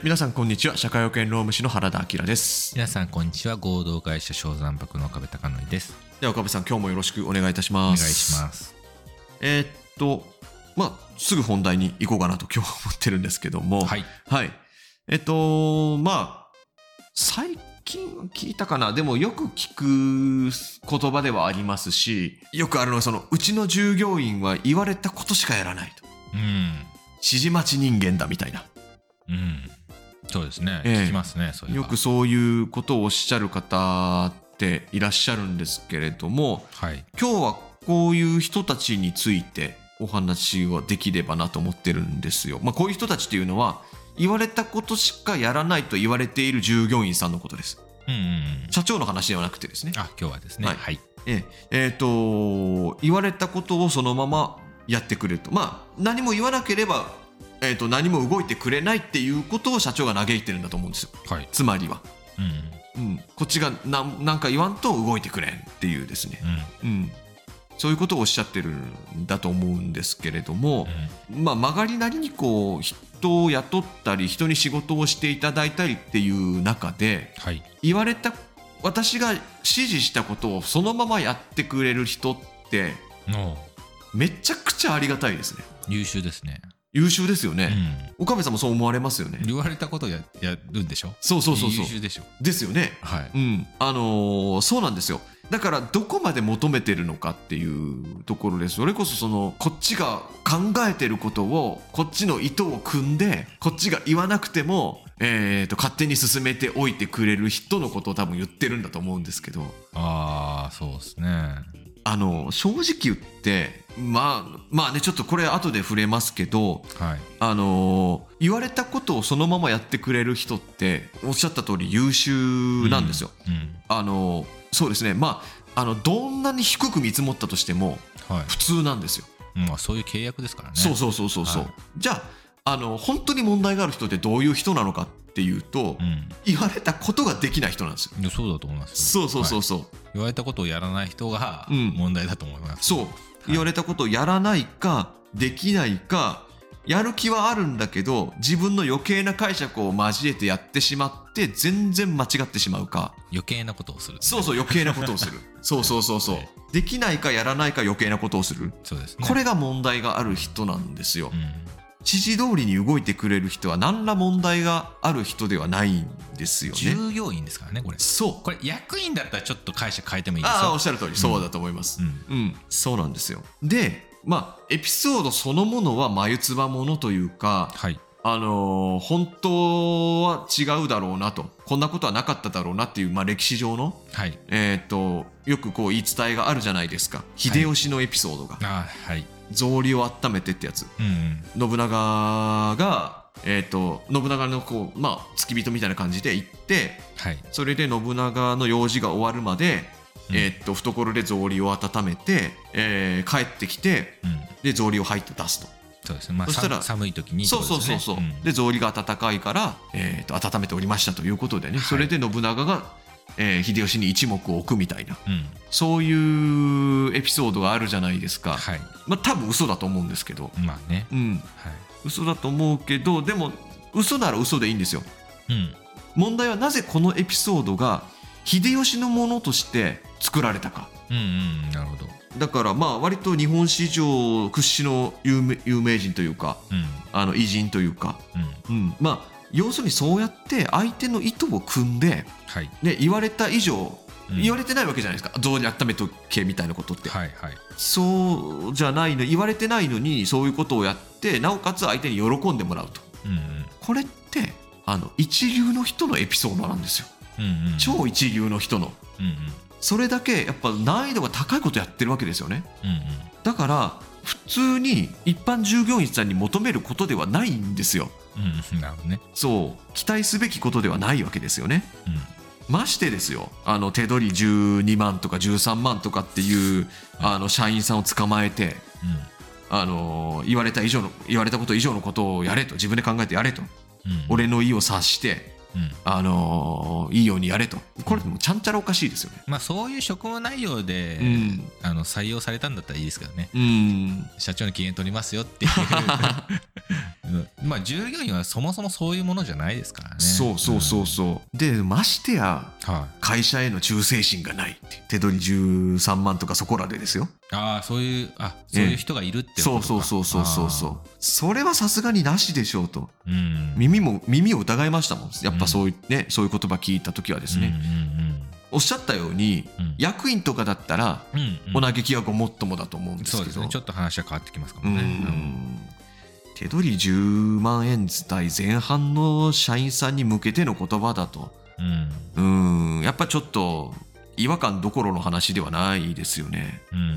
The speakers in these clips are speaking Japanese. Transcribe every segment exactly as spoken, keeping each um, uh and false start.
皆さんこんにちは。社会保険労務士の原田明です。 皆さんこんにちは。合同会社小山博の岡部貴則です。 では岡部さん、今日もよろしくお願いいたします。 お願いします。 えー、っとまあすぐ本題に行こうかなと今日は思ってるんですけども、 はい、 はい、えっとまあ最近聞いたかな。でもよく聞く言葉ではありますし、よくあるのはそのうちの従業員は言われたことしかやらないと、 うん、 指示待ち人間だみたいな、 うん、そうですね、 えー、 聞きますね。そういうよくそういうことをおっしゃる方っていらっしゃるんですけれども、 はい、 今日はこういう人たちについてお話ができればなと思ってるんですよ。まあ、こういう人たちっていうのは言われたことしかやらないと言われている従業員さんのことです。 うんうんうん、 社長の話ではなくてですね。 あ、今日はですね、はい、はい、 えええー、と言われたことをそのままやってくれると、まあ何も言わなければ、えー、と何も動いてくれないっていうことを社長が嘆いてるんだと思うんですよ、はい、つまりは、うんうん、こっちが何なんか言わんと動いてくれんっていうですね、うんうん、そういうことをおっしゃってるんだと思うんですけれども、うん、まあ曲がりなりにこう人を雇ったり人に仕事をしていただいたりっていう中で、はい、言われた私が指示したことをそのままやってくれる人ってめちゃくちゃありがたいですね。 優秀ですね。 優秀ですよね、うん、岡部さんもそう思われますよね。 言われたことを や, やるんでしょ。 そうそうそうそう、 優秀でしょ。 ですよね、はい、うん、あのー、そうなんですよ。だからどこまで求めてるのかっていうところです。それこそそのこっちが考えてることをこっちの意図を組んでこっちが言わなくても、えー、と勝手に進めておいてくれる人のことを多分言ってるんだと思うんですけど、 ああそうですね。 あの正直言ってまあまあね、ちょっとこれ後で触れますけど、はい、あの言われたことをそのままやってくれる人っておっしゃった通り優秀なんですよ、うんうん、あのそうですね、まあ、あのどんなに低く見積もったとしても普通なんですよ、 はい、まあ、そういう契約ですからね。 そうそうそうそうそう、はい、じゃあ、あの本当に問題がある人ってどういう人なのかっていうと、うん、言われたことができない人なんですよ。 いやそうだと思いますよ。 そうそうそうそう、はい、 言われたことをやらない人が問題だと思います、 うん、そう、はい、言われたことをやらないかできないか、やる気はあるんだけど自分の余計な解釈を交えてやってしまって全然間違ってしまうか、 余計なことをする、ね、 そうそう余計なことをするそうそうそうそう、はい、できないかやらないか余計なことをする、 そうですね、 これが問題がある人なんですよ、うん、指示通りに動いてくれる人は何ら問題がある人ではないんですよね。 従業員ですからねこれ。そうこれ役員だったらちょっと解釈変えてもいいですよ。 ああおっしゃる通り、そうだと思います、うんうん、そうなんですよ。でまあエピソードそのものは眉唾ものというか、はい、あのー、本当は違うだろうなと、こんなことはなかっただろうなっていう、まあ、歴史上の、はい、えー、とよくこう言い伝えがあるじゃないですか。秀吉のエピソードが、はい、あ、はい、草履を温めてってやつ、うんうん、信長が、えー、と信長のこう、まあ、付き人みたいな感じで行って、はい、それで信長の用事が終わるまで、うん、えー、っと懐で草履を温めて、えー、帰ってきて、うん、で草履を入って出すと。 そうですね、まあ、そしたら寒い時に、 そうそうそうそう、うん、で草履が温かいから、えー、と温めておりましたということでね、はい、それで信長が、えー、秀吉に一目を置くみたいな、うん、そういうエピソードがあるじゃないですか、はい、まあ、多分嘘だと思うんですけど、 まあね、うん、 はい、嘘だと思うけど、でも嘘なら嘘でいいんですよ、うん、問題はなぜこのエピソードが秀吉のものとして作られたか、 うんうん、なるほど。 だからまあ割と日本史上屈指の有名、有名人というか、うん、あの偉人というか、うんうん、まあ要するにそうやって相手の意図を組んで、はい、ね、言われた以上、うん、言われてないわけじゃないですか、草履温めとけみたいなことって、はいはい、そうじゃないの、言われてないのにそういうことをやってなおかつ相手に喜んでもらうと、うんうん、これってあの一流の人のエピソードなんですよ、うんうん、超一流の人の、うんうん、それだけやっぱ難易度が高いことやってるわけですよね、うんうん、だから普通に一般従業員さんに求めることではないんですよ、 うん、なるほどね。 そう期待すべきことではないわけですよね、うん、ましてですよ、あの手取りじゅうにまんとかじゅうさんまんとかっていう、うん、あの社員さんを捕まえて、うん、あの言われた以上の言われたこと以上のことをやれと、自分で考えてやれと、うん、俺の意を察してうん、あのー、いいようにやれと、これもちゃんちゃらおかしいですよね、 まあ、そういう職務内容で、うん、あの採用されたんだったらいいですけどね、うん、社長に機嫌取りますよっていうまあ従業員はそもそもそういうものじゃないですからね。 そうそうそうそう、うん、でましてや、 はい、 会社への忠誠心がないって手取りじゅうさんまんとかそこらでですよ。 ああそういうあそういう人がいるってことか、 そうそうそうそうそうそうそれはさすがになしでしょうと、 うん、 耳も耳を疑いましたもん。やっぱそういうね、うん、そういう言葉聞いた時はですね、うんうんうん、おっしゃったように、うん、役員とかだったら、うんうん、お嘆きはごもっともだと思うんですけど、 そうですね、ちょっと話は変わってきますかもね、うんうん、 手取りじゅうまんえん台前半の社員さんに向けての言葉だと、うん、うんやっぱちょっと違和感どころの話ではないですよね、うんうん、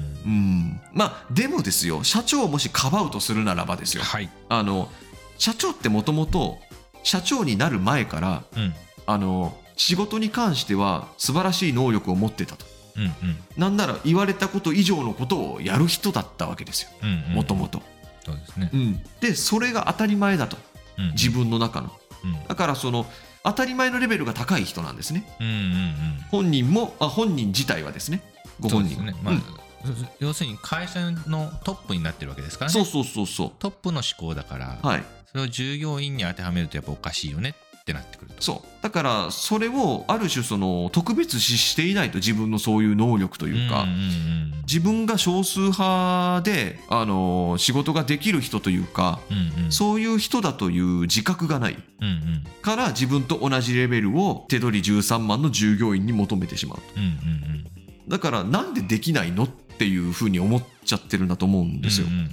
まあでもですよ、社長をもしかばうとするならばですよ、はい、あの社長ってもともと社長になる前から、うん、あの仕事に関しては素晴らしい能力を持ってたと、うんうん、なんなら言われたこと以上のことをやる人だったわけですよ、もともと。 そうですね、 うん、でそれが当たり前だと、うん、自分の中の、うん、だからその当たり前のレベルが高い人なんですね、うんうんうん、本人もあ本人自体はですね、ご本人、 そうですね、まあうん、要するに会社のトップになってるわけですからね。 そうそうそうそう、 トップの思考だから、はい、それを従業員に当てはめるとやっぱおかしいよねってなってくると。 そうだからそれをある種その特別視していないと、自分のそういう能力というか、うんうんうん、自分が少数派であの仕事ができる人というか、うんうん、そういう人だという自覚がない、うんうん、から自分と同じレベルを手取りじゅうさんまんの従業員に求めてしまうと、うんうんうん、だからなんでできないのっていうふうに思っちゃってるんだと思うんですよ、うんうんうんうん、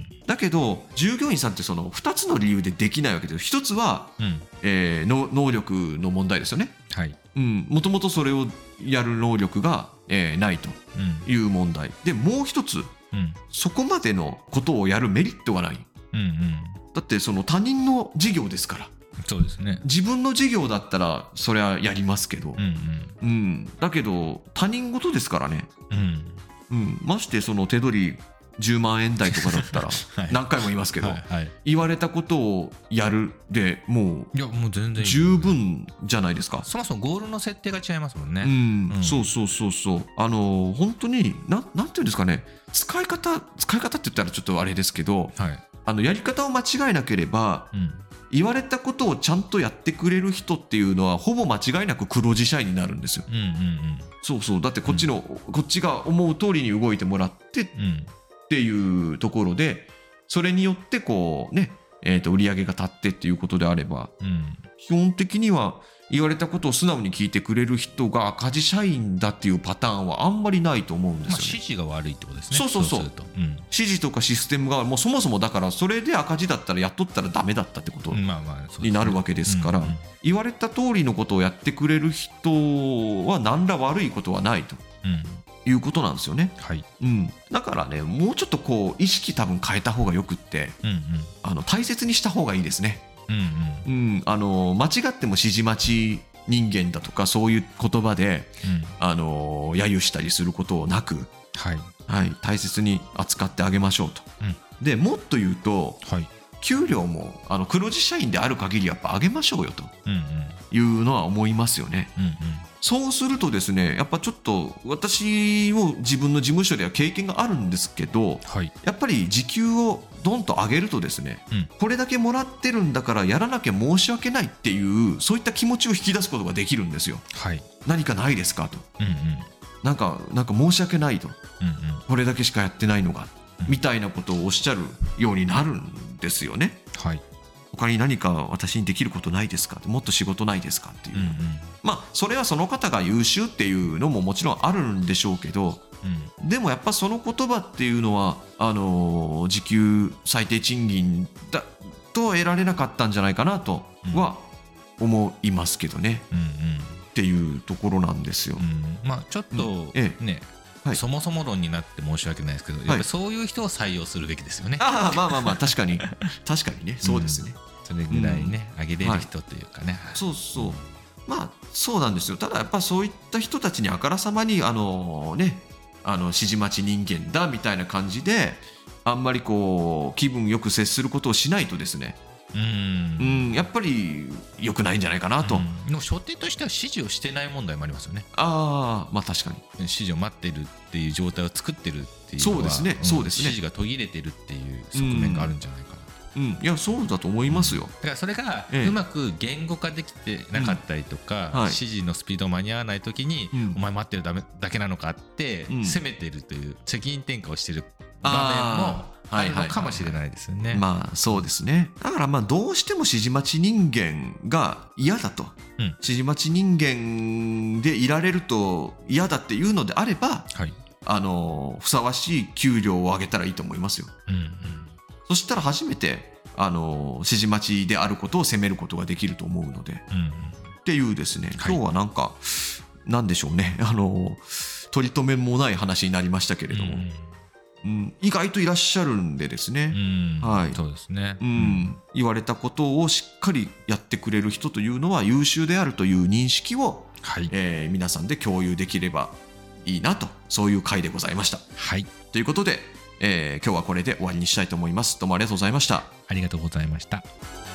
だけど従業員さんってそのふたつの理由でできないわけです。ひとつは、うんえー、の能力の問題ですよね、はい、うん、もともとそれをやる能力が、えー、ないという問題、うん、でもう一つ、うん、そこまでのことをやるメリットがない、うんうん、だってその他人の事業ですから。 そうですね、 自分の事業だったらそれはやりますけど、うんうんうん、だけど他人事ですからね、うんうん、ましてその手取りじゅうまんえん台とかだったら何回も言いますけど、はいはいはい、言われたことをやるでもう十分じゃないですか。 そもそもゴールの設定が違いますもんね、 うんうん、そうそうそうそうあの本当にななんていうんですかね、使い方使い方って言ったらちょっとあれですけど、はい、あのやり方を間違えなければ、うん、言われたことをちゃんとやってくれる人っていうのはほぼ間違いなく黒字社員になるんですよ、うんうんうん、そうそうだってこっちの、うん、こっちが思う通りに動いてもらって、うんっていうところで、それによってこうね、えーと売り上げが立ってっていうことであれば、うん、基本的には言われたことを素直に聞いてくれる人が赤字社員だっていうパターンはあんまりないと思うんですよね。まあ、 指示が悪いってことですね。 そうそうそう。そうすると、うん、指示とかシステムがもうそもそもだからそれで赤字だったら雇ったらダメだったってことになるわけですから、言われた通りのことをやってくれる人は何ら悪いことはないと。うんいうことなんですよね、はいうん、だからねもうちょっとこう意識多分変えた方がよくって、うんうん、あの大切にした方がいいですね、うんうんうん、あの間違っても指示待ち人間だとかそういう言葉で、うん、あの揶揄したりすることなく、はいはい、大切に扱ってあげましょうと、うん、でもっと言うと、はい、給料もあの黒字社員である限りやっぱ上げましょうよというのは思いますよね、うんうんそうするとですねやっぱちょっと私も自分の事務所では経験があるんですけど、はい、やっぱり時給をドンと上げるとですね、うん、これだけもらってるんだからやらなきゃ申し訳ないっていうそういった気持ちを引き出すことができるんですよ、はい、何かないですかと、うんうん、なんか、なんか申し訳ないと、うんうん、これだけしかやってないのが、うん、みたいなことをおっしゃるようになるんですよね、はい他に何か私にできることないですか、もっと仕事ないですかっていう、うんうん、まあそれはその方が優秀っていうのももちろんあるんでしょうけど、うん、でもやっぱその言葉っていうのはあのー、時給最低賃金だと得られなかったんじゃないかなとは思いますけどね、うんうん、っていうところなんですよ、 うん、まあちょっと、うん、ええねはい、そもそも論になって申し訳ないですけど、やっぱりそういう人を採用するべきですよね。 ああまあまあまあ確かに確かにねそうですね、 うん、それぐらいね、うん、上げれる人というかね、 はい、そうそうまあそうなんですよ。ただやっぱそういった人たちにあからさまにあのねあの指示待ち人間だみたいな感じであんまりこう気分よく接することをしないとですねうん、うん、やっぱり良くないんじゃないかなと、うん、 でも所定としては指示をしてない問題もありますよね。 ああまあ確かに指示を待ってるっていう状態を作ってるっていうのはそうですね、そうですね、 指示が途切れてるっていう側面があるんじゃないかなと、 うん、いやそうだと思いますよ。 だからそれがうまく言語化できてなかったりとか、うんはい、指示のスピード間に合わない時に、うん、お前待ってるだけなのかって責めてるという責任転嫁をしてる場面もあるのかもしれないですよね。はいはいはい、 まあそうですね。だからまあどうしても指示待ち人間が嫌だと、うん、指示待ち人間でいられると嫌だっていうのであれば、はい、あのふさわしい給料を上げたらいいと思いますよ。うんうん、そしたら初めてあの指示待ちであることを責めることができると思うので、うんうん、っていうですね、今日はなんか、はい、なんでしょうね、あの取り留めもない話になりましたけれども、うんうん、意外といらっしゃるんでですね、 うんはい、そうですね、 うん、言われたことをしっかりやってくれる人というのは優秀であるという認識を、はいえー、皆さんで共有できればいいなと、そういう回でございました。 はい、 ということで、えー、今日はこれで終わりにしたいと思います。どうもありがとうございました。 ありがとうございました。